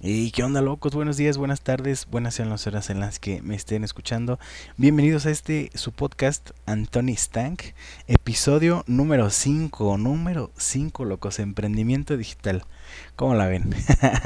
¿Y qué onda, locos? Buenos días, buenas tardes, buenas sean las horas en las que me estén escuchando. Bienvenidos a su podcast Anthony Stank, episodio número 5, locos, emprendimiento digital. ¿Cómo la ven?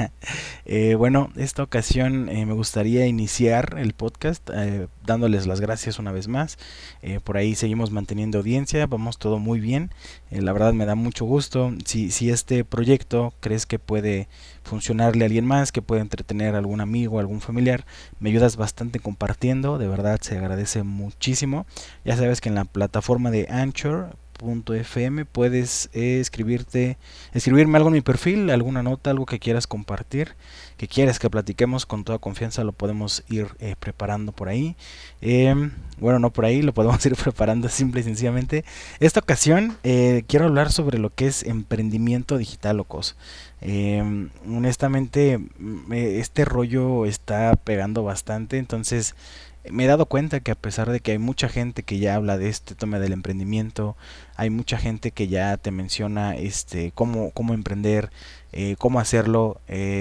Bueno, esta ocasión me gustaría iniciar el podcast dándoles las gracias una vez más. Por ahí seguimos manteniendo audiencia, vamos todo muy bien. La verdad me da mucho gusto. Si este proyecto crees que puede funcionarle a alguien más, que puede entretener a algún amigo, algún familiar, me ayudas bastante compartiendo, de verdad se agradece muchísimo. Ya sabes que en la plataforma de Anchor.fm puedes escribirme algo en mi perfil, alguna nota, algo que quieras compartir, que quieras que platiquemos con toda confianza, lo podemos ir preparando por ahí. Bueno, no por ahí, lo podemos ir preparando simple y sencillamente. Esta ocasión quiero hablar sobre lo que es emprendimiento digital, locos. Honestamente, este rollo está pegando bastante, entonces me he dado cuenta que a pesar de que hay mucha gente que ya habla de este tema del emprendimiento, hay mucha gente que ya te menciona cómo emprender, cómo hacerlo,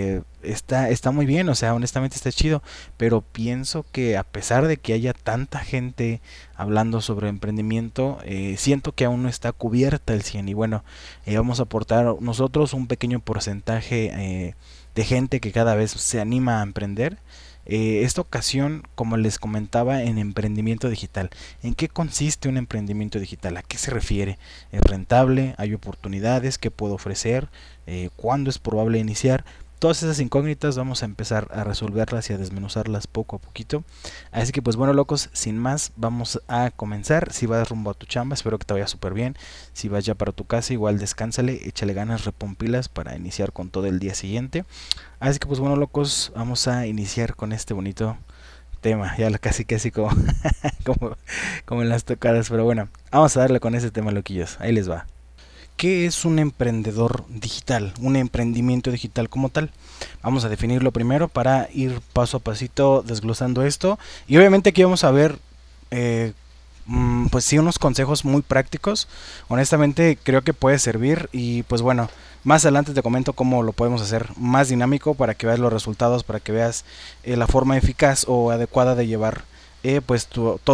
está muy bien, o sea, honestamente está chido, pero pienso que a pesar de que haya tanta gente hablando sobre emprendimiento, siento que aún no está cubierta el 100 y bueno, vamos a aportar nosotros un pequeño porcentaje de gente que cada vez se anima a emprender. Esta ocasión, como les comentaba, en emprendimiento digital. ¿En qué consiste un emprendimiento digital? ¿A qué se refiere? ¿Es rentable? ¿Hay oportunidades? ¿Qué puedo ofrecer? ¿Cuándo es probable iniciar? Todas esas incógnitas vamos a empezar a resolverlas y a desmenuzarlas poco a poquito. Así que pues bueno, locos, sin más, vamos a comenzar. Si vas rumbo a tu chamba, espero que te vaya súper bien. Si vas ya para tu casa, igual descánsale, échale ganas, repompilas para iniciar con todo el día siguiente. Así que pues bueno, locos, vamos a iniciar con este bonito tema. Ya casi como, como, como en las tocadas, pero bueno, vamos a darle con ese tema, loquillos. Ahí les va. ¿Qué es un emprendedor digital? Un emprendimiento digital como tal. Vamos a definirlo primero para ir paso a pasito desglosando esto. Y obviamente aquí vamos a ver, eh, pues sí, unos consejos muy prácticos. Honestamente creo que puede servir y pues bueno, más adelante te comento cómo lo podemos hacer más dinámico para que veas los resultados, para que veas la forma eficaz o adecuada de llevar pues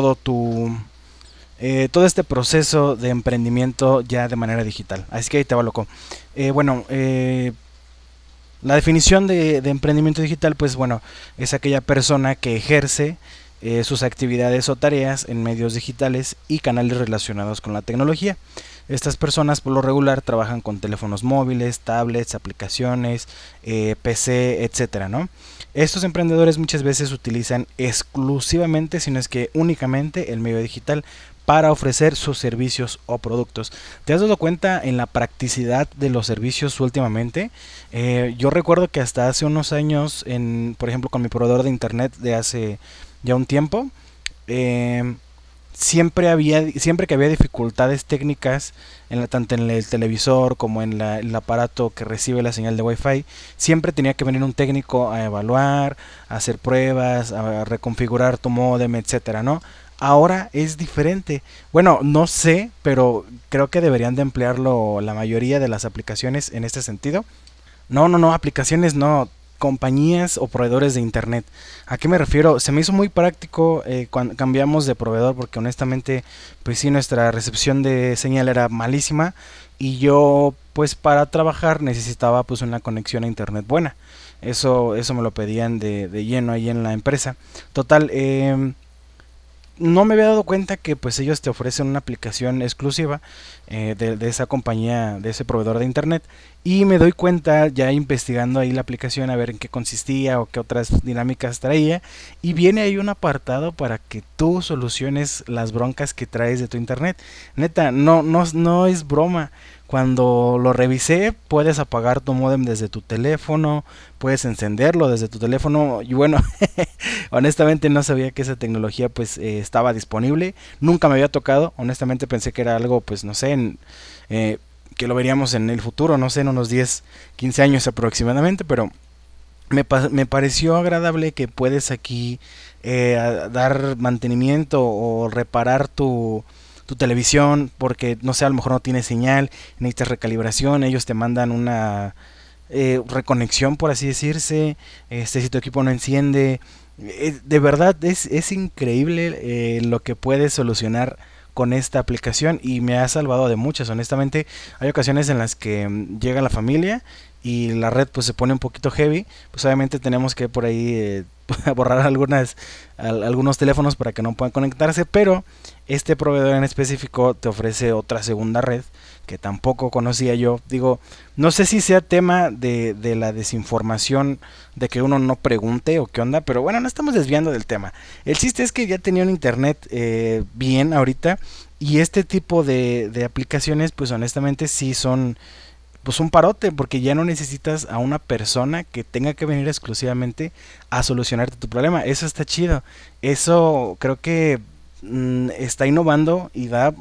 todo este proceso de emprendimiento ya de manera digital. Así que ahí te va, loco. Bueno, la definición de emprendimiento digital, pues bueno, es aquella persona que ejerce sus actividades o tareas en medios digitales y canales relacionados con la tecnología. Estas personas por lo regular trabajan con teléfonos móviles, tablets, aplicaciones, PC, etcétera, ¿no? Estos emprendedores muchas veces utilizan exclusivamente, si no es que únicamente, el medio digital para ofrecer sus servicios o productos. ¿Te has dado cuenta en la practicidad de los servicios últimamente? Yo recuerdo que hasta hace unos años, por ejemplo, con mi proveedor de internet de hace ya un tiempo, eh, siempre que había dificultades técnicas tanto en el televisor como en el aparato que recibe la señal de Wi-Fi, siempre tenía que venir un técnico a evaluar, a hacer pruebas, a reconfigurar tu modem, etcétera, ¿no? Ahora es diferente. Bueno, no sé, pero creo que deberían de emplearlo la mayoría de las aplicaciones en este sentido. No, aplicaciones no, compañías o proveedores de internet. ¿A qué me refiero? Se me hizo muy práctico cuando cambiamos de proveedor porque honestamente, pues sí, nuestra recepción de señal era malísima y yo, pues para trabajar necesitaba pues una conexión a internet buena. Eso me lo pedían de lleno ahí en la empresa. Total, no me había dado cuenta que pues ellos te ofrecen una aplicación exclusiva de esa compañía, de ese proveedor de internet y me doy cuenta ya investigando ahí la aplicación a ver en qué consistía o qué otras dinámicas traía y viene ahí un apartado para que tú soluciones las broncas que traes de tu internet. Neta, no es broma. Cuando lo revisé, puedes apagar tu modem desde tu teléfono, puedes encenderlo desde tu teléfono y bueno, honestamente no sabía que esa tecnología pues estaba disponible. Nunca me había tocado. Honestamente pensé que era algo pues no sé, eh, que lo veríamos en el futuro, no sé, en unos 10 15 años aproximadamente, pero me pareció agradable que puedes aquí dar mantenimiento o reparar tu televisión porque no sé, a lo mejor no tiene señal, necesitas recalibración, ellos te mandan reconexión, por así decirse, si tu equipo no enciende. De verdad es increíble lo que puedes solucionar con esta aplicación y me ha salvado de muchas. Honestamente, hay ocasiones en las que llega la familia y la red pues se pone un poquito heavy, pues obviamente tenemos que por ahí borrar algunos teléfonos para que no puedan conectarse, pero este proveedor en específico te ofrece otra segunda red que tampoco conocía yo. Digo, no sé si sea tema de la desinformación, de que uno no pregunte o qué onda, pero bueno, no estamos desviando del tema. El chiste es que ya tenía un internet bien ahorita y este tipo de aplicaciones pues honestamente sí son pues un parote, porque ya no necesitas a una persona que tenga que venir exclusivamente a solucionarte tu problema. Eso está chido. Eso creo que está innovando y da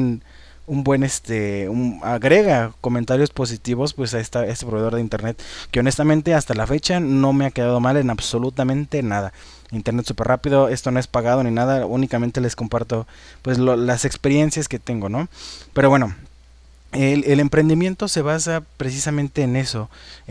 agrega comentarios positivos pues a este proveedor de internet, que honestamente hasta la fecha no me ha quedado mal en absolutamente nada. Internet súper rápido, esto no es pagado ni nada, únicamente les comparto pues las experiencias que tengo, ¿no? Pero bueno, el emprendimiento se basa precisamente en eso,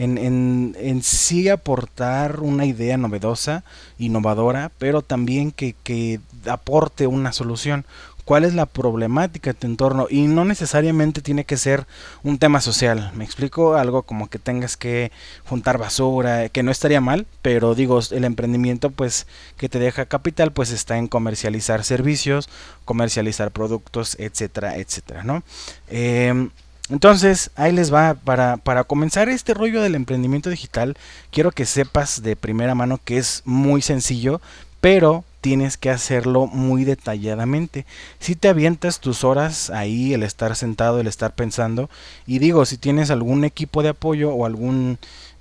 en sí aportar una idea novedosa, innovadora, pero también que aporte una solución. ¿Cuál es la problemática de tu entorno? Y no necesariamente tiene que ser un tema social. Me explico, algo como que tengas que juntar basura, que no estaría mal, pero digo, el emprendimiento pues que te deja capital pues está en comercializar servicios, comercializar productos, etcétera, etcétera, ¿no? Entonces, ahí les va, para comenzar este rollo del emprendimiento digital, quiero que sepas de primera mano que es muy sencillo, pero tienes que hacerlo muy detalladamente. Si te avientas tus horas ahí, el estar sentado, el estar pensando, y digo, si tienes algún equipo de apoyo o algún,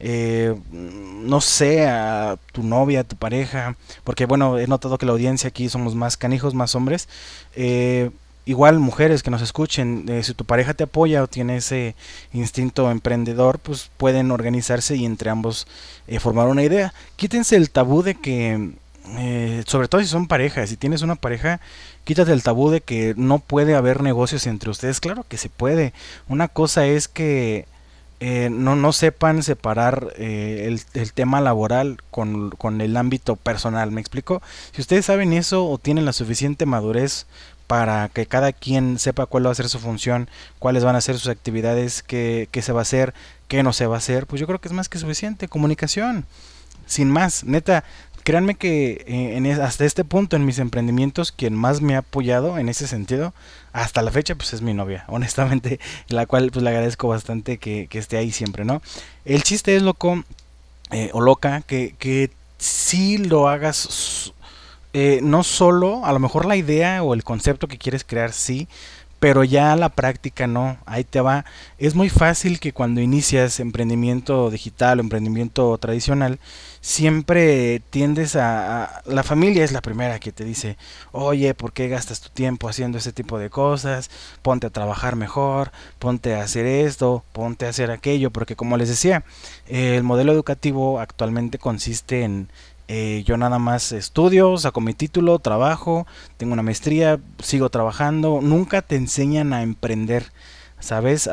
no sé, a tu novia, a tu pareja, porque bueno, he notado que la audiencia aquí somos más canijos, más hombres, igual mujeres que nos escuchen, si tu pareja te apoya o tiene ese instinto emprendedor, pues pueden organizarse y entre ambos formar una idea. Quítense el tabú de que, sobre todo si son parejas, si tienes una pareja, quítate el tabú de que no puede haber negocios entre ustedes. Claro que se puede. Una cosa es que no sepan separar el tema laboral con el ámbito personal. ¿Me explico? Si ustedes saben eso o tienen la suficiente madurez para que cada quien sepa cuál va a ser su función, cuáles van a ser sus actividades, qué se va a hacer, qué no se va a hacer, pues yo creo que es más que suficiente. Comunicación, sin más, neta. Créanme que hasta este punto en mis emprendimientos, quien más me ha apoyado en ese sentido, hasta la fecha, pues es mi novia, honestamente, la cual pues le agradezco bastante que esté ahí siempre, ¿no? El chiste es, loco, o loca, que si lo hagas, no solo, a lo mejor la idea o el concepto que quieres crear sí, pero ya la práctica no, ahí te va. Es muy fácil que cuando inicias emprendimiento digital o emprendimiento tradicional, siempre tiendes la familia es la primera que te dice, oye, ¿por qué gastas tu tiempo haciendo ese tipo de cosas? Ponte a trabajar mejor, ponte a hacer esto, ponte a hacer aquello, porque como les decía, el modelo educativo actualmente consiste en yo nada más estudio, saco mi título, trabajo, tengo una maestría, sigo trabajando. Nunca te enseñan a emprender, ¿sabes?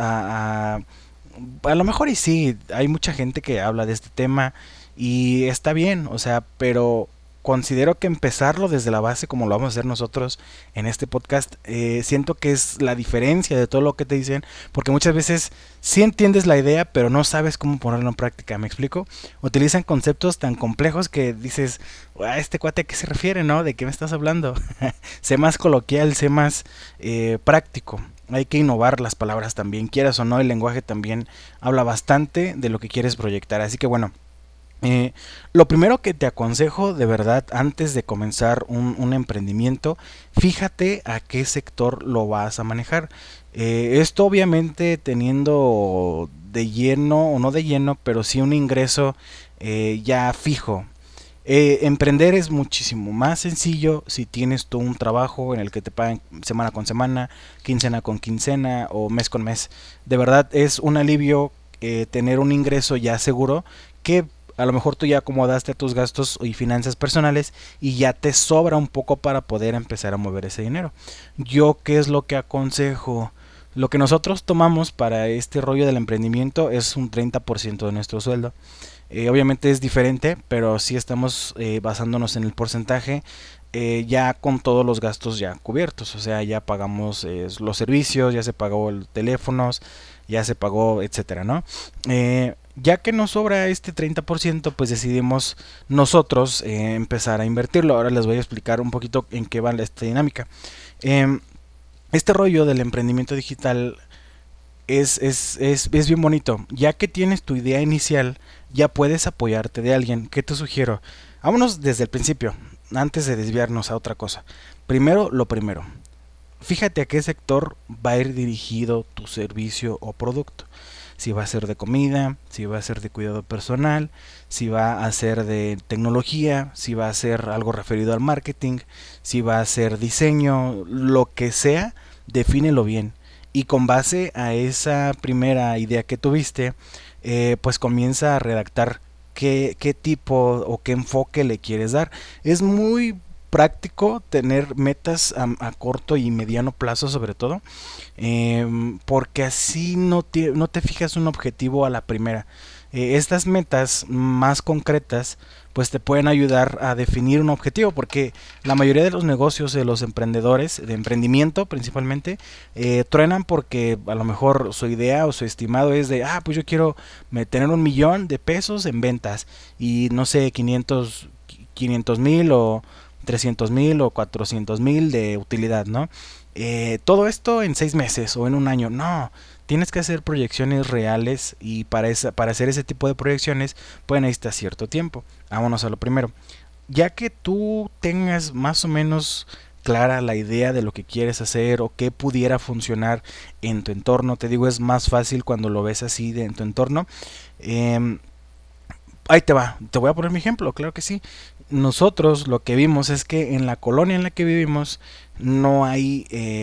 A lo mejor y sí, hay mucha gente que habla de este tema y está bien, o sea, pero considero que empezarlo desde la base como lo vamos a hacer nosotros en este podcast, siento que es la diferencia de todo lo que te dicen, porque muchas veces sí entiendes la idea, pero no sabes cómo ponerlo en práctica. ¿Me explico? Utilizan conceptos tan complejos que dices, a este cuate a qué se refiere, ¿no? ¿De qué me estás hablando? Sé más coloquial, sé más práctico. Hay que innovar las palabras también, quieras o no, el lenguaje también habla bastante de lo que quieres proyectar. Así que bueno, lo primero que te aconsejo de verdad antes de comenzar un emprendimiento, fíjate a qué sector lo vas a manejar. Esto obviamente teniendo de lleno o no de lleno, pero sí un ingreso ya fijo. Emprender es muchísimo más sencillo si tienes tú un trabajo en el que te pagan semana con semana, quincena con quincena o mes con mes. De verdad es un alivio tener un ingreso ya seguro que a lo mejor tú ya acomodaste tus gastos y finanzas personales y ya te sobra un poco para poder empezar a mover ese dinero. Yo, ¿qué es lo que aconsejo? Lo que nosotros tomamos para este rollo del emprendimiento es un 30% de nuestro sueldo. Obviamente es diferente, pero sí estamos basándonos en el porcentaje ya con todos los gastos ya cubiertos. O sea, ya pagamos los servicios, ya se pagó el teléfonos, ya se pagó, etcétera, ¿no? Ya que nos sobra este 30%, pues decidimos nosotros empezar a invertirlo. Ahora les voy a explicar un poquito en qué va esta dinámica. Em, este rollo del emprendimiento digital es bien bonito. Ya que tienes tu idea inicial, ya puedes apoyarte de alguien. ¿Qué te sugiero? Vámonos desde el principio, antes de desviarnos a otra cosa. Primero, lo primero. Fíjate a qué sector va a ir dirigido tu servicio o producto. Si va a ser de comida, si va a ser de cuidado personal, si va a ser de tecnología, si va a ser algo referido al marketing, si va a ser diseño, lo que sea, defínelo bien. Y con base a esa primera idea que tuviste, pues comienza a redactar qué tipo o qué enfoque le quieres dar. Es muy práctico tener metas a corto y mediano plazo sobre todo, porque así no te fijas un objetivo a la primera. Estas metas más concretas pues te pueden ayudar a definir un objetivo, porque la mayoría de los negocios de los emprendedores, de emprendimiento principalmente, truenan porque a lo mejor su idea o su estimado es de, pues yo quiero tener 1 millón de pesos en ventas y no sé, 500 mil o 300 mil o 400 mil de utilidad, ¿no? Todo esto en 6 meses o en un año, no. Tienes que hacer proyecciones reales y para hacer ese tipo de proyecciones pues necesitas cierto tiempo. Vámonos a lo primero. Ya que tú tengas más o menos clara la idea de lo que quieres hacer o qué pudiera funcionar en tu entorno, te digo, es más fácil cuando lo ves así en tu entorno. Eh, Ahí te va, te voy a poner mi ejemplo, claro que sí. Nosotros lo que vimos es que en la colonia en la que vivimos no hay,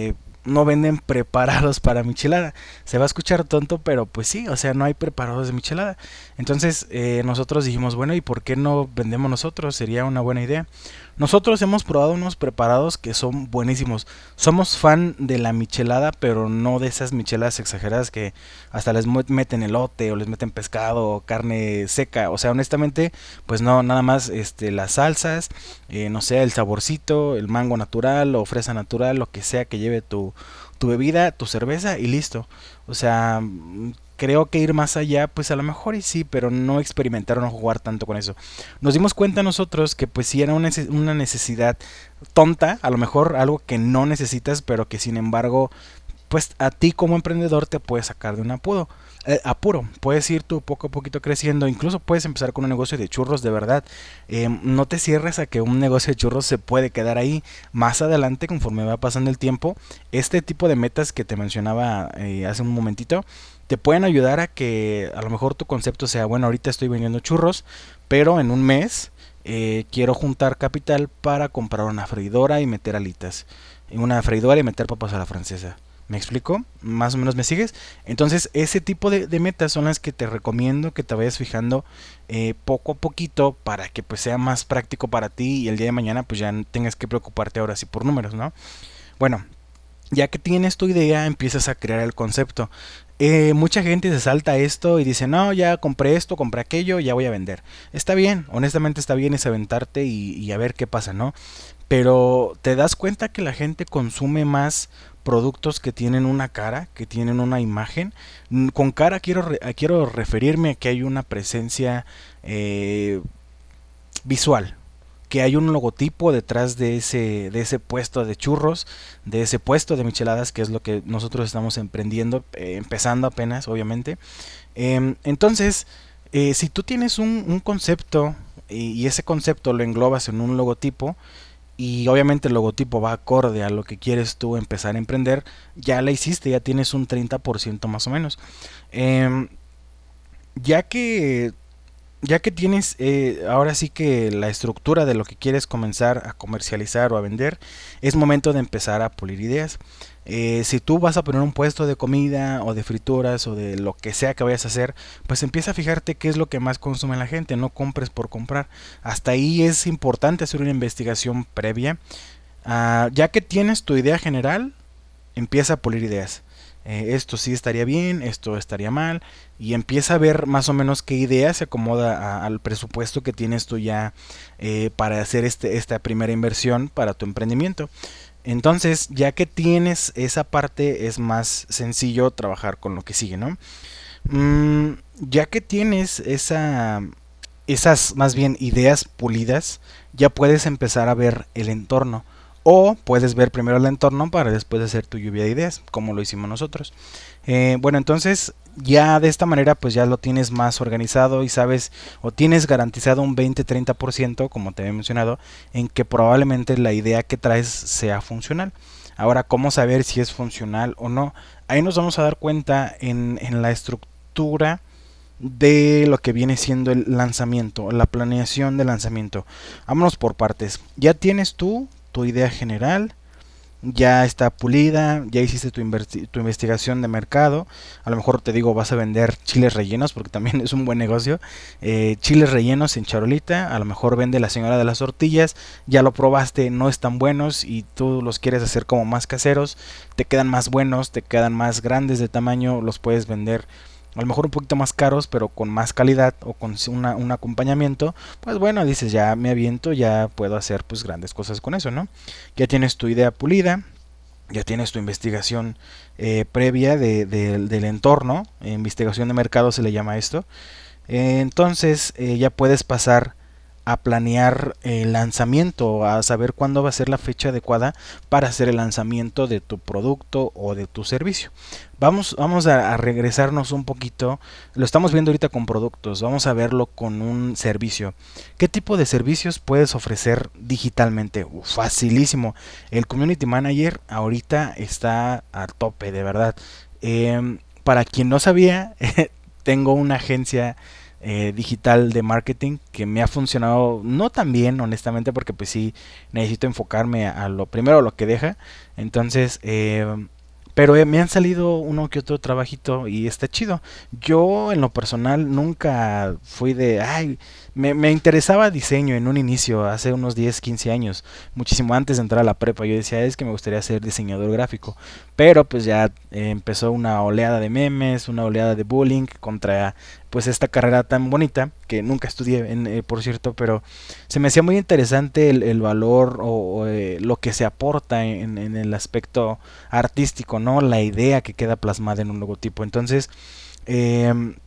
no venden preparados para michelada. Se va a escuchar tonto, pero pues sí, o sea, no hay preparados de michelada. Entonces nosotros dijimos, bueno, ¿y por qué no vendemos nosotros? Sería una buena idea. Nosotros hemos probado unos preparados que son buenísimos. Somos fan de la michelada, pero no de esas micheladas exageradas que hasta les meten elote o les meten pescado o carne seca. O sea, honestamente, pues no, nada más las salsas, no sé, el saborcito, el mango natural o fresa natural, lo que sea que lleve tu bebida, tu cerveza y listo. O sea, creo que ir más allá, pues a lo mejor y sí, pero no experimentar o no jugar tanto con eso. Nos dimos cuenta nosotros que pues sí era una necesidad tonta, a lo mejor algo que no necesitas, pero que sin embargo pues a ti como emprendedor te puede sacar de un apuro. Puedes ir tú poco a poquito creciendo, incluso puedes empezar con un negocio de churros de verdad. No te cierres a que un negocio de churros se puede quedar ahí. Más adelante, conforme va pasando el tiempo, este tipo de metas que te mencionaba hace un momentito, te pueden ayudar a que a lo mejor tu concepto sea, bueno, ahorita estoy vendiendo churros, pero en un mes quiero juntar capital para comprar una freidora y meter alitas. Una freidora y meter papas a la francesa. ¿Me explico? ¿Más o menos me sigues? Entonces, ese tipo de metas son las que te recomiendo que te vayas fijando poco a poquito para que pues sea más práctico para ti y el día de mañana pues ya no tengas que preocuparte ahora sí por números, ¿no? Bueno, ya que tienes tu idea, empiezas a crear el concepto. Mucha gente se salta esto y dice, no, ya compré esto, compré aquello, ya voy a vender. Está bien, honestamente está bien es aventarte y a ver qué pasa, ¿no? Pero te das cuenta que la gente consume más productos que tienen una cara, que tienen una imagen. Con cara quiero referirme a que hay una presencia visual, que hay un logotipo detrás de ese puesto de churros, de ese puesto de micheladas, que es lo que nosotros estamos emprendiendo, empezando apenas, obviamente. Entonces, si tú tienes un concepto y ese concepto lo englobas en un logotipo, y obviamente el logotipo va acorde a lo que quieres tú empezar a emprender, ya la hiciste, ya tienes un 30% más o menos. Em, ya que ya que tienes ahora sí que la estructura de lo que quieres comenzar a comercializar o a vender, es momento de empezar a pulir ideas. Si tú vas a poner un puesto de comida o de frituras o de lo que sea que vayas a hacer, pues empieza a fijarte qué es lo que más consume la gente, no compres por comprar. Hasta ahí es importante hacer una investigación previa. Ya que tienes tu idea general, empieza a pulir ideas. esto sí estaría bien, esto estaría mal, y empieza a ver más o menos qué idea se acomoda al presupuesto que tienes tú ya para hacer esta primera inversión para tu emprendimiento. Entonces, ya que tienes esa parte, es más sencillo trabajar con lo que sigue, ¿no? Ya que tienes esas más bien ideas pulidas, ya puedes empezar a ver el entorno. O puedes ver primero el entorno para después hacer tu lluvia de ideas, como lo hicimos nosotros. Bueno, entonces ya de esta manera pues ya lo tienes más organizado y sabes o tienes garantizado un 20-30%, como te había mencionado, en que probablemente la idea que traes sea funcional. Ahora, ¿cómo saber si es funcional o no? Ahí nos vamos a dar cuenta en la estructura de lo que viene siendo el lanzamiento, la planeación de lanzamiento. Vámonos por partes. Ya tienes tú tu idea general, ya está pulida, ya hiciste tu investigación de mercado. A lo mejor te digo, vas a vender chiles rellenos, porque también es un buen negocio. Chiles rellenos en charolita, a lo mejor vende la señora de las tortillas, ya lo probaste, no están buenos y tú los quieres hacer como más caseros, te quedan más buenos, te quedan más grandes de tamaño, los puedes vender a lo mejor un poquito más caros, pero con más calidad o con un acompañamiento. Pues bueno, dices, ya me aviento, ya puedo hacer pues grandes cosas con eso, ¿no? Ya tienes tu idea pulida, ya tienes tu investigación previa del entorno, investigación de mercado se le llama esto. Entonces ya puedes pasar a planear el lanzamiento, a saber cuándo va a ser la fecha adecuada para hacer el lanzamiento de tu producto o de tu servicio. Vamos a regresarnos un poquito, lo estamos viendo ahorita con productos, vamos a verlo con un servicio. ¿Qué tipo de servicios puedes ofrecer digitalmente? Facilísimo. El Community Manager ahorita está a tope, de verdad. Para quien no sabía, tengo una agencia digital de marketing que me ha funcionado no tan bien, honestamente, porque pues sí necesito enfocarme a lo primero, lo que deja. Entonces, pero me han salido uno que otro trabajito y está chido. Yo en lo personal nunca fui de, ay, me interesaba diseño en un inicio, hace unos 10 15 años, muchísimo antes de entrar a la prepa. Yo decía, es que me gustaría ser diseñador gráfico. Pero pues ya empezó una oleada de memes, una oleada de bullying contra pues esta carrera tan bonita, que nunca estudié, por cierto, pero se me hacía muy interesante el valor o lo que se aporta en el aspecto artístico, ¿no? La idea que queda plasmada en un logotipo. Entonces, eh,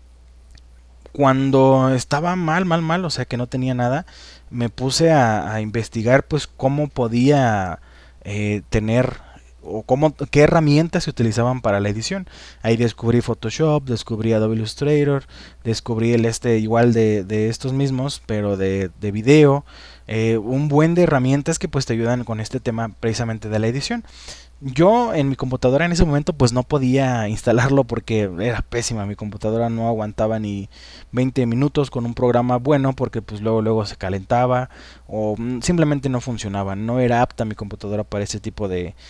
cuando estaba mal, o sea que no tenía nada, me puse a investigar pues cómo podía tener o cómo, qué herramientas se utilizaban para la edición. Ahí descubrí Photoshop, descubrí Adobe Illustrator, descubrí el igual de estos mismos, pero de video, un buen de herramientas que pues te ayudan con este tema precisamente de la edición. Yo en mi computadora en ese momento pues no podía instalarlo porque era pésima, mi computadora no aguantaba ni 20 minutos con un programa bueno porque pues luego se calentaba o simplemente no funcionaba, no era apta mi computadora para ese tipo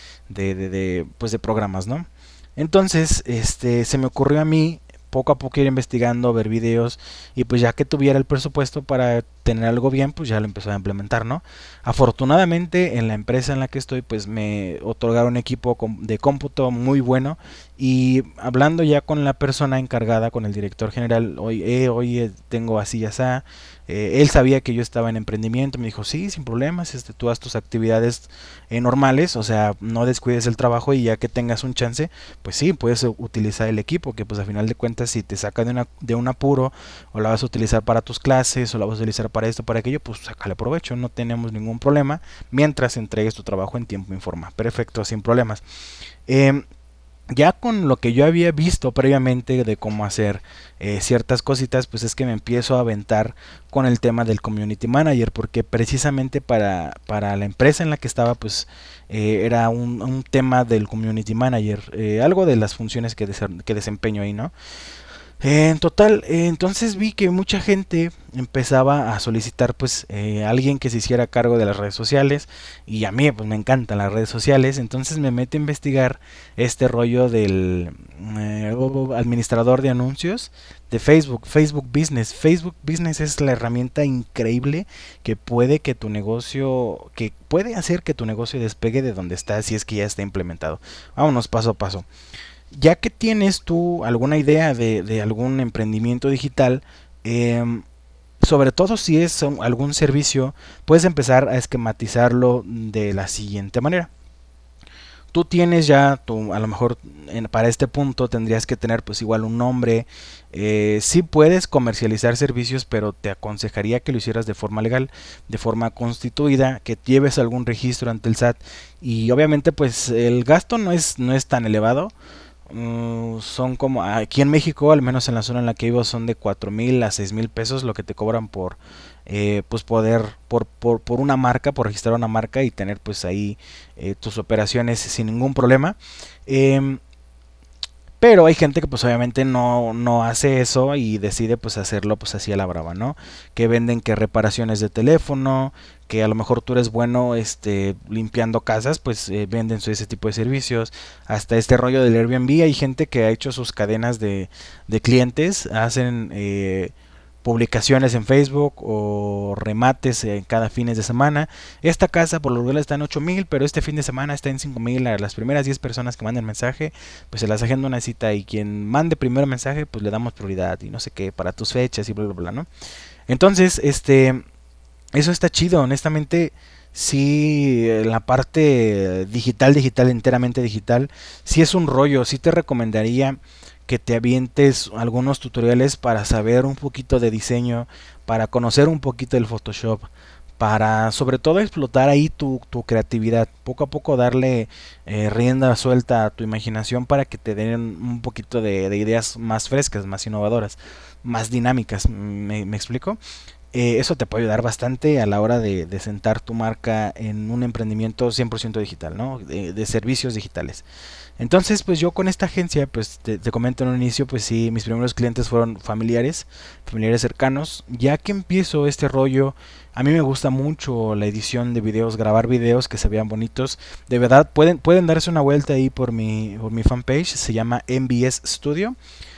pues de programas, ¿no? Entonces, se me ocurrió a mí poco a poco ir investigando, ver videos y pues ya que tuviera el presupuesto para tener algo bien, pues ya lo empezó a implementar, ¿no? Afortunadamente en la empresa en la que estoy pues me otorgaron equipo de cómputo muy bueno y hablando ya con la persona encargada, con el director general, hoy tengo así ya está. Él sabía que yo estaba en emprendimiento, me dijo, sí, sin problemas, tú haz tus actividades normales, o sea, no descuides el trabajo y ya que tengas un chance, pues sí, puedes utilizar el equipo, que pues a final de cuentas si te saca de un apuro, o la vas a utilizar para tus clases, o la vas a utilizar para esto, para aquello, pues sácale provecho, no tenemos ningún problema, mientras entregues tu trabajo en tiempo y forma. Perfecto, sin problemas. Eh, ya con lo que yo había visto previamente de cómo hacer ciertas cositas, pues es que me empiezo a aventar con el tema del community manager, porque precisamente para la empresa en la que estaba, pues era un tema del community manager, algo de las funciones que desempeño ahí, ¿no? En total, entonces vi que mucha gente empezaba a solicitar pues alguien que se hiciera cargo de las redes sociales y a mí pues me encantan las redes sociales, entonces me meto a investigar este rollo del administrador de anuncios de Facebook, Facebook Business. Facebook Business es la herramienta increíble que puede hacer que tu negocio despegue de donde está si es que ya está implementado. Vámonos paso a paso. Ya que tienes tú alguna idea de algún emprendimiento digital, sobre todo si es algún servicio, puedes empezar a esquematizarlo de la siguiente manera. Tú tienes ya, a lo mejor para este punto tendrías que tener pues igual un nombre. Sí puedes comercializar servicios, pero te aconsejaría que lo hicieras de forma legal, de forma constituida, que lleves algún registro ante el SAT. Y obviamente pues el gasto no es tan elevado. Son como aquí en México, al menos en la zona en la que vivo, son de 4,000 a 6,000 pesos lo que te cobran por pues poder por una marca, por registrar una marca y tener pues ahí tus operaciones sin ningún problema. Em, pero hay gente que pues obviamente no hace eso y decide pues hacerlo pues así a la brava, ¿no? Que venden que reparaciones de teléfono, que a lo mejor tú eres bueno limpiando casas, pues venden ese tipo de servicios. Hasta este rollo del Airbnb, hay gente que ha hecho sus cadenas de clientes, hacen publicaciones en Facebook o remates en cada fines de semana. Esta casa por lo general está en 8,000, pero este fin de semana está en 5,000. A las primeras 10 personas que manden mensaje, pues se las agenda una cita y quien mande primero mensaje, pues le damos prioridad y no sé qué, para tus fechas y bla, bla, bla, ¿no? Entonces, eso está chido, honestamente. Sí, la parte digital, enteramente digital, sí es un rollo. Sí te recomendaría que te avientes algunos tutoriales para saber un poquito de diseño, para conocer un poquito del Photoshop, para sobre todo explotar ahí tu creatividad, poco a poco darle rienda suelta a tu imaginación para que te den un poquito de ideas más frescas, más innovadoras, más dinámicas. ¿Me explico? Eso te puede ayudar bastante a la hora de sentar tu marca en un emprendimiento 100% digital, ¿no? De servicios digitales. Entonces, pues yo con esta agencia, pues te comento en un inicio, pues sí, mis primeros clientes fueron familiares cercanos. Ya que empiezo este rollo, a mí me gusta mucho la edición de videos, grabar videos que se vean bonitos. De verdad, pueden darse una vuelta ahí por mi fanpage, se llama MBS Studio,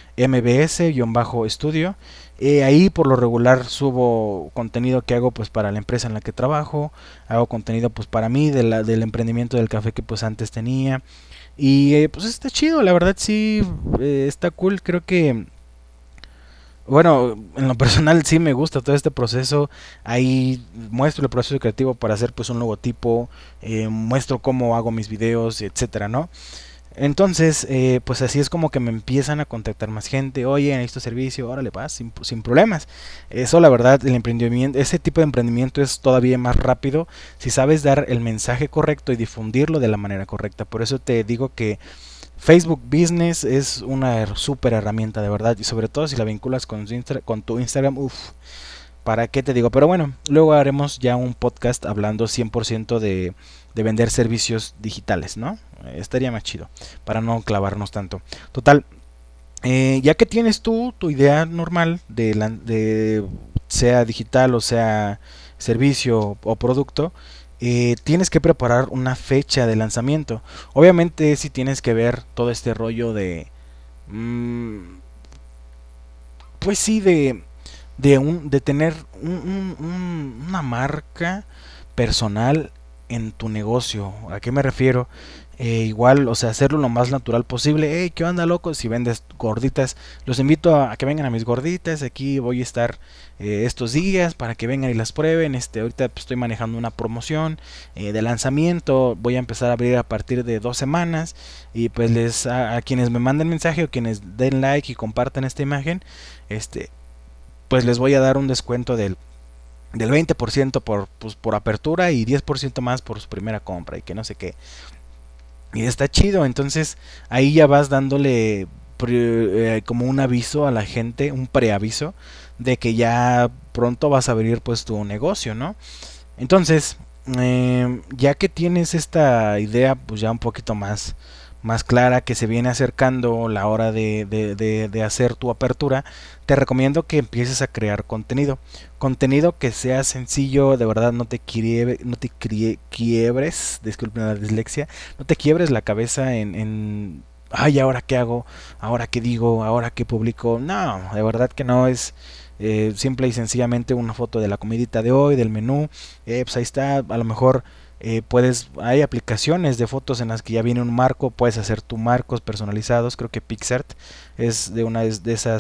MBS-Estudio. Ahí por lo regular subo contenido que hago pues para la empresa en la que trabajo, hago contenido pues para mí del emprendimiento del café que pues antes tenía. Y pues está chido, la verdad sí, está cool. Creo que, bueno, en lo personal sí me gusta todo este proceso. Ahí muestro el proceso creativo para hacer pues un logotipo, muestro cómo hago mis videos, etcétera, ¿no? Entonces, pues así es como que me empiezan a contactar más gente. Oye, necesito servicio, órale, vas, sin problemas. Eso, la verdad, el emprendimiento, ese tipo de emprendimiento es todavía más rápido si sabes dar el mensaje correcto y difundirlo de la manera correcta. Por eso te digo que Facebook Business es una súper herramienta, de verdad. Y sobre todo si la vinculas con tu Instagram, uff, ¿para qué te digo? Pero bueno, luego haremos ya un podcast hablando 100% de vender servicios digitales, ¿no? Estaría más chido, para no clavarnos tanto. Total, ya que tienes tú tu idea normal de sea digital o sea servicio o producto, tienes que preparar una fecha de lanzamiento. Obviamente si tienes que ver todo este rollo mm, pues sí, de tener una marca personal en tu negocio. ¿A qué me refiero? Igual, o sea, hacerlo lo más natural posible. Hey, ¿qué onda, loco? Si vendes gorditas, los invito a que vengan a mis gorditas. Aquí voy a estar estos días para que vengan y las prueben. Ahorita pues, estoy manejando una promoción de lanzamiento. Voy a empezar a abrir a partir de 2 semanas. Y pues a quienes me manden mensaje o quienes den like y compartan esta imagen, este, pues les voy a dar un descuento del 20% por apertura y 10% más por su primera compra y que no sé qué. Y está chido, entonces ahí ya vas dándole como un aviso a la gente, un preaviso de que ya pronto vas a abrir pues tu negocio, ¿no? Entonces, ya que tienes esta idea pues ya un poquito más clara, que se viene acercando la hora de hacer tu apertura, te recomiendo que empieces a crear contenido. Contenido que sea sencillo, de verdad no te quiebres, disculpen la dislexia, no te quiebres la cabeza ay, ¿ahora qué hago? ¿Ahora qué digo? ¿Ahora qué publico? No, de verdad que no es simple y sencillamente una foto de la comidita de hoy, del menú. Pues ahí está, a lo mejor hay aplicaciones de fotos en las que ya viene un marco, puedes hacer tu marcos personalizados. Creo que PixArt es de una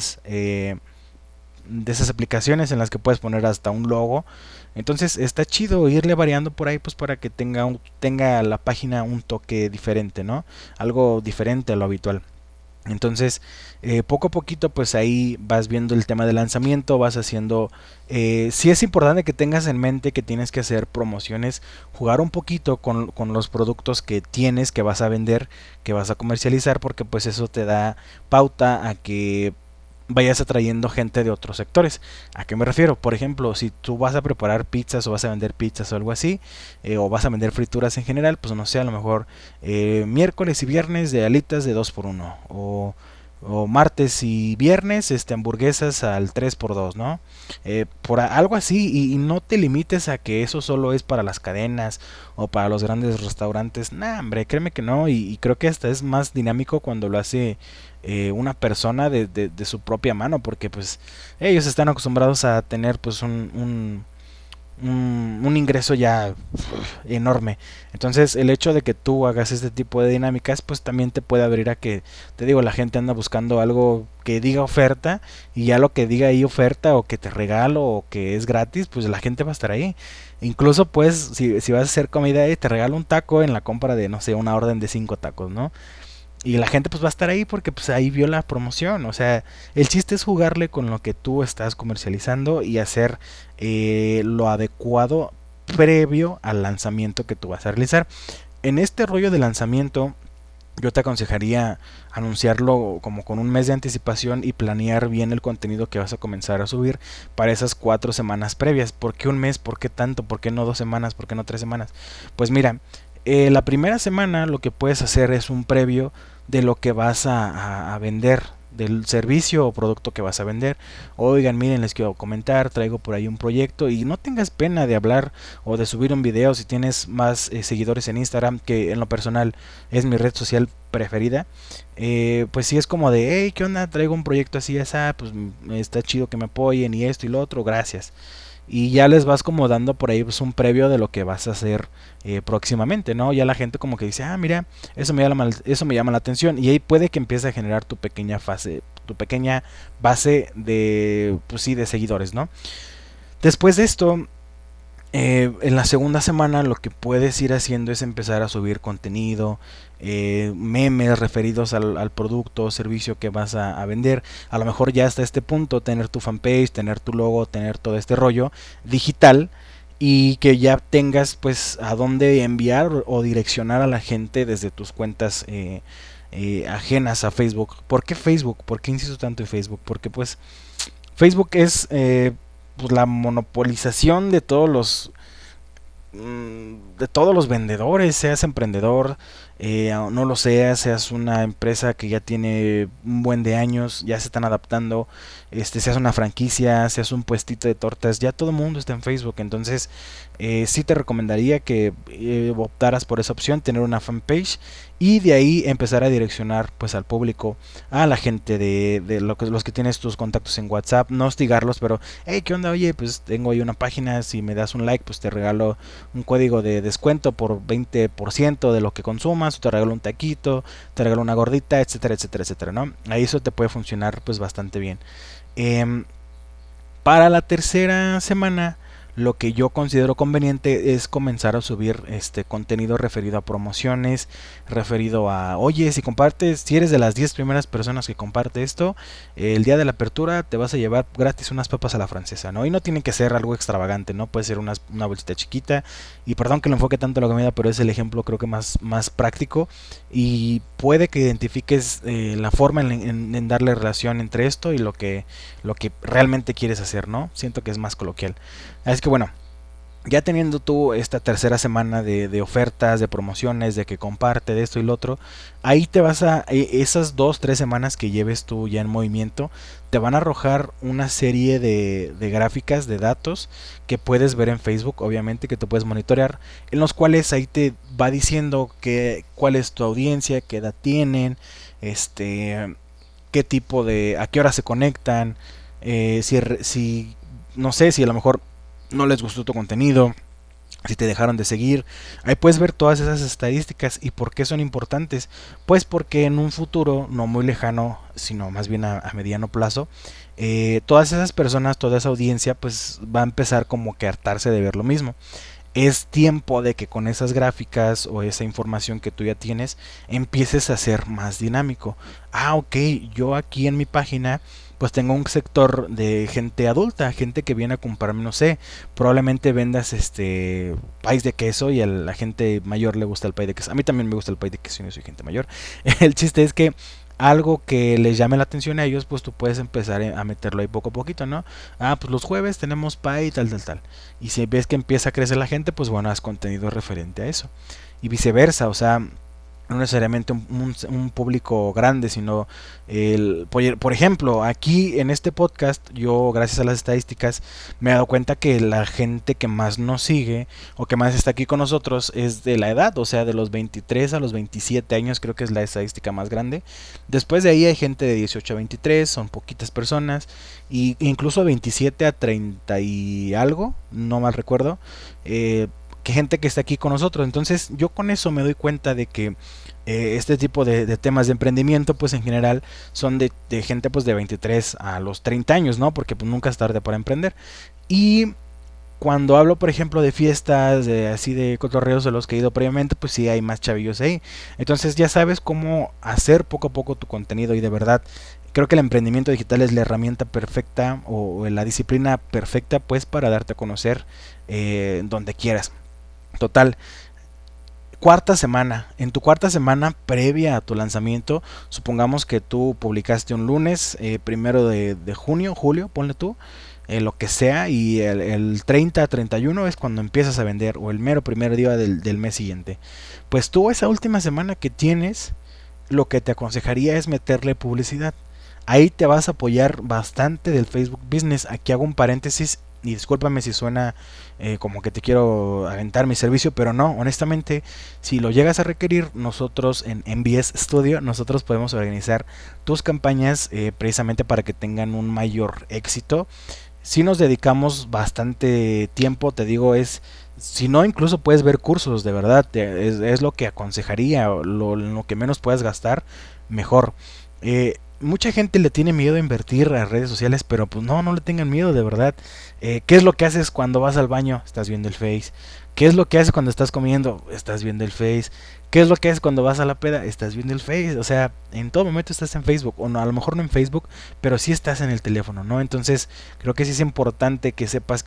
de esas aplicaciones en las que puedes poner hasta un logo. Entonces está chido irle variando por ahí, pues para que tenga la página un toque diferente, ¿no? Algo diferente a lo habitual. Entonces, poco a poquito, pues ahí vas viendo el tema del lanzamiento, vas haciendo... sí es importante que tengas en mente que tienes que hacer promociones, jugar un poquito con los productos que tienes, que vas a vender, que vas a comercializar, porque pues eso te da pauta a que vayas atrayendo gente de otros sectores. ¿A qué me refiero? Por ejemplo, si tú vas a preparar pizzas o vas a vender pizzas o algo así, o vas a vender frituras en general, pues no sé, a lo mejor miércoles y viernes de alitas de 2x1, o martes y viernes hamburguesas al 3x2, ¿no? Algo así, y no te limites a que eso solo es para las cadenas o para los grandes restaurantes. Nah, hombre, créeme que no, y creo que hasta es más dinámico cuando lo hace una persona de su propia mano, porque pues ellos están acostumbrados a tener pues un ingreso ya enorme. Entonces el hecho de que tú hagas este tipo de dinámicas pues también te puede abrir a que, te digo, la gente anda buscando algo que diga oferta, y ya lo que diga ahí oferta o que te regalo o que es gratis, pues la gente va a estar ahí. Incluso pues si vas a hacer comida y te regalo un taco en la compra de, no sé, una orden de 5 tacos, ¿no? Y la gente pues va a estar ahí porque pues ahí vio la promoción. O sea, el chiste es jugarle con lo que tú estás comercializando y hacer lo adecuado previo al lanzamiento que tú vas a realizar. En este rollo de lanzamiento, yo te aconsejaría anunciarlo como con un mes de anticipación y planear bien el contenido que vas a comenzar a subir para esas 4 semanas previas. ¿Por qué un mes? ¿Por qué tanto? ¿Por qué no 2 semanas? ¿Por qué no 3 semanas? Pues mira, la primera semana lo que puedes hacer es un previo de lo que vas a vender, del servicio o producto que vas a vender. Oigan, miren, les quiero comentar, traigo por ahí un proyecto, y no tengas pena de hablar o de subir un video si tienes más seguidores en Instagram, que en lo personal es mi red social preferida. Pues sí, es como de, hey, ¿qué onda? Traigo un proyecto así, esa, pues está chido que me apoyen y esto y lo otro, gracias. Y ya les vas como dando por ahí pues un previo de lo que vas a hacer próximamente, ¿no? Ya la gente como que dice, ah, mira, eso me llama la atención, y ahí puede que empiece a generar tu pequeña base de, pues sí, de seguidores, ¿no? Después de esto, en la segunda semana lo que puedes ir haciendo es empezar a subir contenido, memes referidos al producto o servicio que vas a vender. A lo mejor ya hasta este punto tener tu fanpage, tener tu logo, tener todo este rollo digital, y que ya tengas pues a dónde enviar o direccionar a la gente desde tus cuentas ajenas a Facebook. ¿Por qué Facebook? ¿Por qué insisto tanto en Facebook? Porque pues Facebook es pues la monopolización de todos los vendedores, seas emprendedor, no lo seas una empresa que ya tiene un buen de años, ya se están adaptando, seas una franquicia, seas un puestito de tortas, ya todo el mundo está en Facebook. Entonces sí te recomendaría que optaras por esa opción, tener una fanpage, y de ahí empezar a direccionar pues al público, a la gente de los que tienes tus contactos en WhatsApp, no hostigarlos, pero hey, ¿qué onda? Oye, pues tengo ahí una página, si me das un like pues te regalo un código de descuento por 20% de lo que consumas, te regalo un taquito, te regalo una gordita, etcétera, etcétera, etcétera, ¿no? Ahí eso te puede funcionar pues bastante bien. Em, para la tercera semana, lo que yo considero conveniente es comenzar a subir este contenido referido a promociones, referido a, oye, si compartes, si eres de las 10 primeras personas que comparte esto, el día de la apertura te vas a llevar gratis unas papas a la francesa, ¿no? Y no tiene que ser algo extravagante, ¿no? Puede ser una bolsita chiquita, y perdón que lo enfoque tanto en la comida, pero es el ejemplo creo que más práctico, y puede que identifiques la forma en darle relación entre esto y lo que realmente quieres hacer, ¿no? Siento que es más coloquial. Así que bueno, ya teniendo tú esta tercera semana de ofertas, de promociones, de que comparte de esto y lo otro, ahí te vas esas 2, 3 semanas que lleves tú ya en movimiento, te van a arrojar una serie de gráficas, de datos que puedes ver en Facebook, obviamente, que te puedes monitorear, en los cuales ahí te va diciendo cuál es tu audiencia, qué edad tienen, qué tipo a qué hora se conectan, si no sé, si a lo mejor no les gustó tu contenido, si te dejaron de seguir. Ahí puedes ver todas esas estadísticas. ¿Y por qué son importantes? Pues porque en un futuro no muy lejano, sino más bien a mediano plazo, todas esas personas, toda esa audiencia, pues va a empezar como que a hartarse de ver lo mismo. Es tiempo de que con esas gráficas o esa información que tú ya tienes empieces a ser más dinámico. Ah, ok, yo aquí en mi página pues tengo un sector de gente adulta, gente que viene a comprarme, no sé, probablemente vendas país de queso y a la gente mayor le gusta el pay de queso. A mí también me gusta el pay de queso y no soy gente mayor. El chiste es que algo que les llame la atención a ellos, pues tú puedes empezar a meterlo ahí poco a poquito, ¿no? Ah, pues los jueves tenemos pay y tal, tal, tal. Y si ves que empieza a crecer la gente, pues bueno, haz contenido referente a eso. Y viceversa, o sea, no necesariamente un público grande, sino por ejemplo, aquí en este podcast, yo gracias a las estadísticas me he dado cuenta que la gente que más nos sigue o que más está aquí con nosotros es de la edad, o sea, de los 23 a los 27 años, creo que es la estadística más grande. Después de ahí hay gente de 18 a 23, son poquitas personas, y incluso 27 a 30 y algo, no mal recuerdo. Que gente que está aquí con nosotros. Entonces yo con eso me doy cuenta de que este tipo de temas de emprendimiento pues en general son de gente pues de 23 a los 30 años, ¿no? Porque pues nunca es tarde para emprender. Y cuando hablo, por ejemplo, de fiestas, así de cotorreos de los que he ido previamente, pues sí hay más chavillos ahí. Entonces ya sabes cómo hacer poco a poco tu contenido y de verdad creo que el emprendimiento digital es la herramienta perfecta o la disciplina perfecta pues para darte a conocer donde quieras. Total, cuarta semana. En tu cuarta semana previa a tu lanzamiento, supongamos que tú publicaste un lunes, primero de junio, julio, ponle tú, lo que sea, y el 30, 31 es cuando empiezas a vender, o el mero primer día del mes siguiente. Pues tú esa última semana que tienes, lo que te aconsejaría es meterle publicidad. Ahí te vas a apoyar bastante del Facebook Business. Aquí hago un paréntesis y discúlpame si suena como que te quiero aventar mi servicio, pero no, honestamente, si lo llegas a requerir, nosotros en MBS Studio, nosotros podemos organizar tus campañas precisamente para que tengan un mayor éxito. Si nos dedicamos bastante tiempo, te digo, si no, incluso puedes ver cursos, de verdad, es lo que aconsejaría, lo que menos puedas gastar, mejor. Mucha gente le tiene miedo a invertir a redes sociales, pero pues no, no le tengan miedo, de verdad. ¿Qué es lo que haces cuando vas al baño? Estás viendo el Face. ¿Qué es lo que haces cuando estás comiendo? Estás viendo el Face. ¿Qué es lo que haces cuando vas a la peda? Estás viendo el Face. O sea, en todo momento estás en Facebook, o no, a lo mejor no en Facebook, pero sí estás en el teléfono, ¿no? Entonces, creo que sí es importante que sepas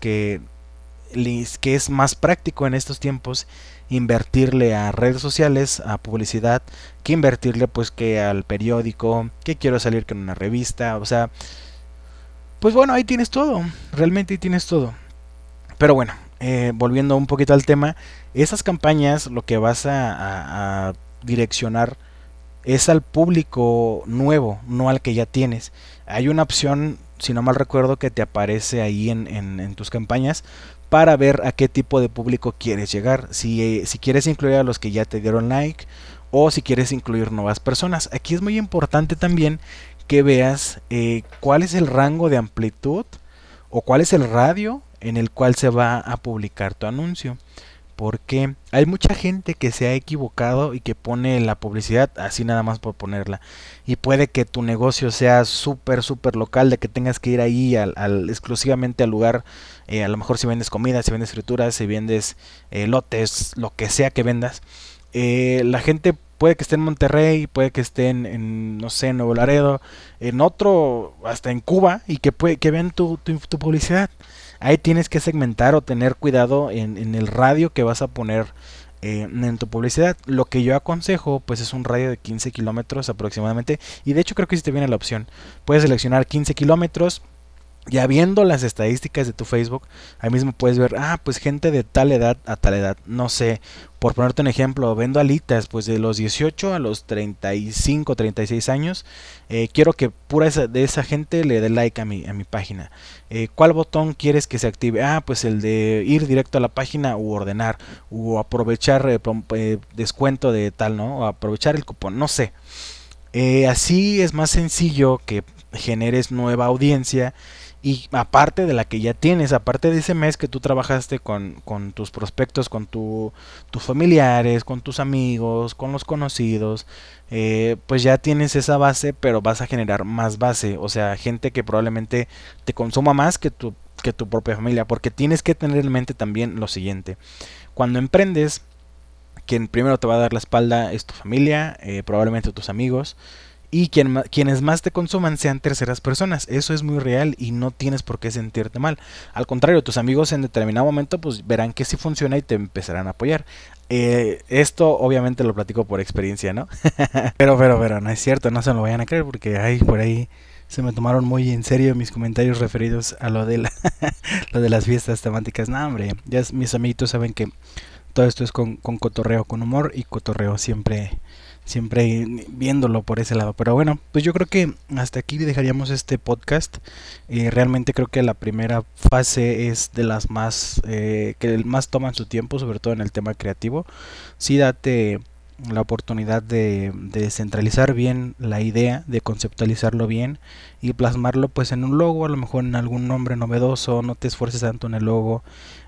que es más práctico en estos tiempos invertirle a redes sociales, a publicidad, que invertirle pues que al periódico, que quiero salir con una revista, o sea, pues bueno, ahí tienes todo, realmente ahí tienes todo. Pero bueno, volviendo un poquito al tema, esas campañas lo que vas a direccionar es al público nuevo, no al que ya tienes. Hay una opción, si no mal recuerdo, que te aparece ahí en tus campañas para ver a qué tipo de público quieres llegar. Si quieres incluir a los que ya te dieron like o si quieres incluir nuevas personas. Aquí es muy importante también que veas cuál es el rango de amplitud o cuál es el radio en el cual se va a publicar tu anuncio. Porque hay mucha gente que se ha equivocado y que pone la publicidad así nada más por ponerla. Y puede que tu negocio sea súper local, de que tengas que ir ahí exclusivamente al lugar. A lo mejor si vendes comida, si vendes frituras, si vendes lotes, lo que sea que vendas. La gente puede que esté en Monterrey, puede que esté no sé, en Nuevo Laredo, en otro, hasta en Cuba, y que vean tu publicidad. Ahí tienes que segmentar o tener cuidado en el radio que vas a poner en tu publicidad. Lo que yo aconsejo pues es un radio de 15 kilómetros aproximadamente, y de hecho creo que si te viene la opción, puedes seleccionar 15 kilómetros. Ya viendo las estadísticas de tu Facebook, ahí mismo puedes ver, pues gente de tal edad a tal edad, no sé, por ponerte un ejemplo, vendo alitas, pues de los 18 a los 35, 36 años, quiero que de esa gente le dé like a mi página. ¿Cuál botón quieres que se active? Pues el de ir directo a la página u ordenar, o aprovechar descuento de tal, ¿no? O aprovechar el cupón, no sé. Así es más sencillo que generes nueva audiencia y aparte de la que ya tienes, aparte de ese mes que tú trabajaste con tus prospectos, con tus familiares, con tus amigos, con los conocidos, pues ya tienes esa base, pero vas a generar más base, o sea, gente que probablemente te consuma más que tu propia familia, porque tienes que tener en mente también lo siguiente: cuando emprendes, quien primero te va a dar la espalda es tu familia, probablemente tus amigos, y quienes más te consuman sean terceras personas. Eso es muy real y no tienes por qué sentirte mal. Al contrario, tus amigos en determinado momento pues verán que sí funciona y te empezarán a apoyar. Esto obviamente lo platico por experiencia, ¿no? Pero, no es cierto, no se lo vayan a creer porque hay por ahí se me tomaron muy en serio mis comentarios referidos a lo de lo de las fiestas temáticas. No, hombre, mis amiguitos saben que todo esto es con cotorreo, con humor y cotorreo, siempre viéndolo por ese lado. Pero bueno, pues yo creo que hasta aquí dejaríamos este podcast. Realmente creo que la primera fase es de las más que más toman su tiempo, sobre todo en el tema creativo. Sí, date la oportunidad de centralizar bien la idea, de conceptualizarlo bien y plasmarlo pues en un logo, a lo mejor en algún nombre novedoso. No te esfuerces tanto en el logo.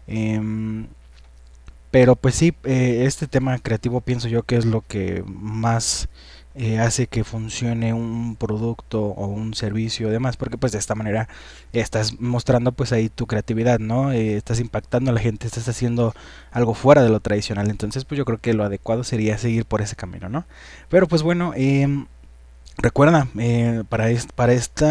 Eh, pero pues sí, este tema creativo pienso yo que es lo que más hace que funcione un producto o un servicio y demás, porque pues de esta manera estás mostrando pues ahí tu creatividad, ¿no? Estás impactando a la gente, estás haciendo algo fuera de lo tradicional. Entonces pues yo creo que lo adecuado sería seguir por ese camino, ¿no? Pero pues bueno, recuerda, para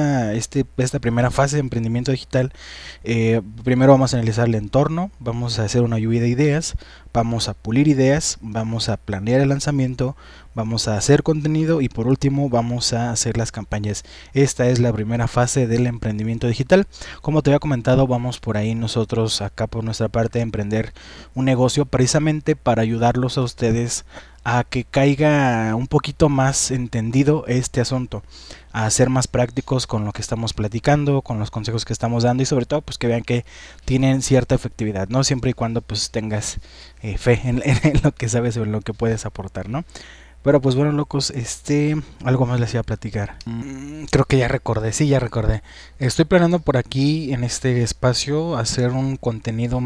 esta primera fase de emprendimiento digital, primero vamos a analizar el entorno, vamos a hacer una lluvia de ideas, vamos a pulir ideas, vamos a planear el lanzamiento, vamos a hacer contenido y por último vamos a hacer las campañas. Esta es la primera fase del emprendimiento digital. Como te había comentado, vamos por ahí nosotros acá por nuestra parte a emprender un negocio precisamente para ayudarlos a ustedes a que caiga un poquito más entendido este asunto, a ser más prácticos con lo que estamos platicando, con los consejos que estamos dando y sobre todo pues que vean que tienen cierta efectividad, ¿no? Siempre y cuando pues tengas fe en lo que sabes o en lo que puedes aportar, ¿no? Pero pues bueno, locos, algo más les iba a platicar. Creo que ya recordé, sí, ya recordé. Estoy planeando por aquí en este espacio hacer un contenido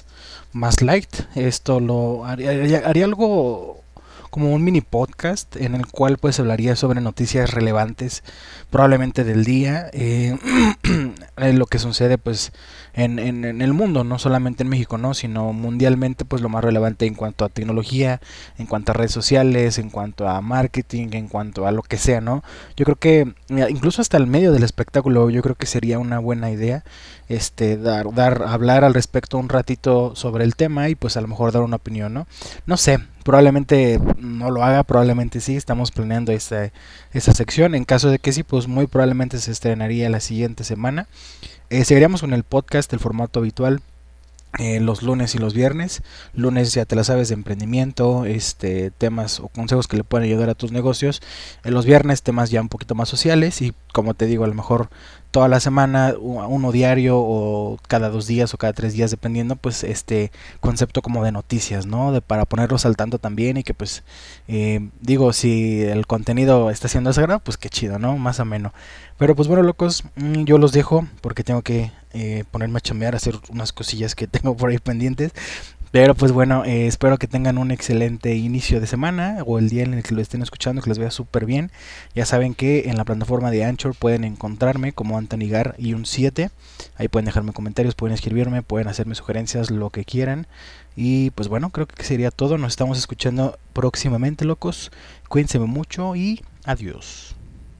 más light. Esto lo haría algo como un mini podcast en el cual pues hablaría sobre noticias relevantes probablemente del día, lo que sucede pues en el mundo, no solamente en México, no, sino mundialmente, pues lo más relevante en cuanto a tecnología, en cuanto a redes sociales, en cuanto a marketing, en cuanto a lo que sea, ¿no? Yo creo que mira, incluso hasta el medio del espectáculo, yo creo que sería una buena idea hablar al respecto un ratito sobre el tema y pues a lo mejor dar una opinión, ¿no? No sé, probablemente no lo haga, probablemente sí, estamos planeando esa sección. En caso de que sí, pues muy probablemente se estrenaría la siguiente semana. Seguiríamos con el podcast, el formato habitual, los lunes y los viernes. Lunes ya te la sabes de emprendimiento, temas o consejos que le pueden ayudar a tus negocios. En los viernes temas ya un poquito más sociales y como te digo, a lo mejor toda la semana uno diario o cada 2 días o cada 3 días dependiendo, pues este concepto como de noticias, ¿no? Para ponerlos al tanto también y que pues digo, si el contenido está siendo sagrado, pues qué chido, ¿no? Más ameno. Pero pues bueno, locos, yo los dejo porque tengo que ponerme a chambear, hacer unas cosillas que tengo por ahí pendientes. Pero pues bueno, espero que tengan un excelente inicio de semana o el día en el que lo estén escuchando, que les vaya súper bien. Ya saben que en la plataforma de Anchor pueden encontrarme como Anthony Gar y un 7. Ahí pueden dejarme comentarios, pueden escribirme, pueden hacerme sugerencias, lo que quieran. Y pues bueno, creo que sería todo. Nos estamos escuchando próximamente, locos. Cuídense mucho y adiós.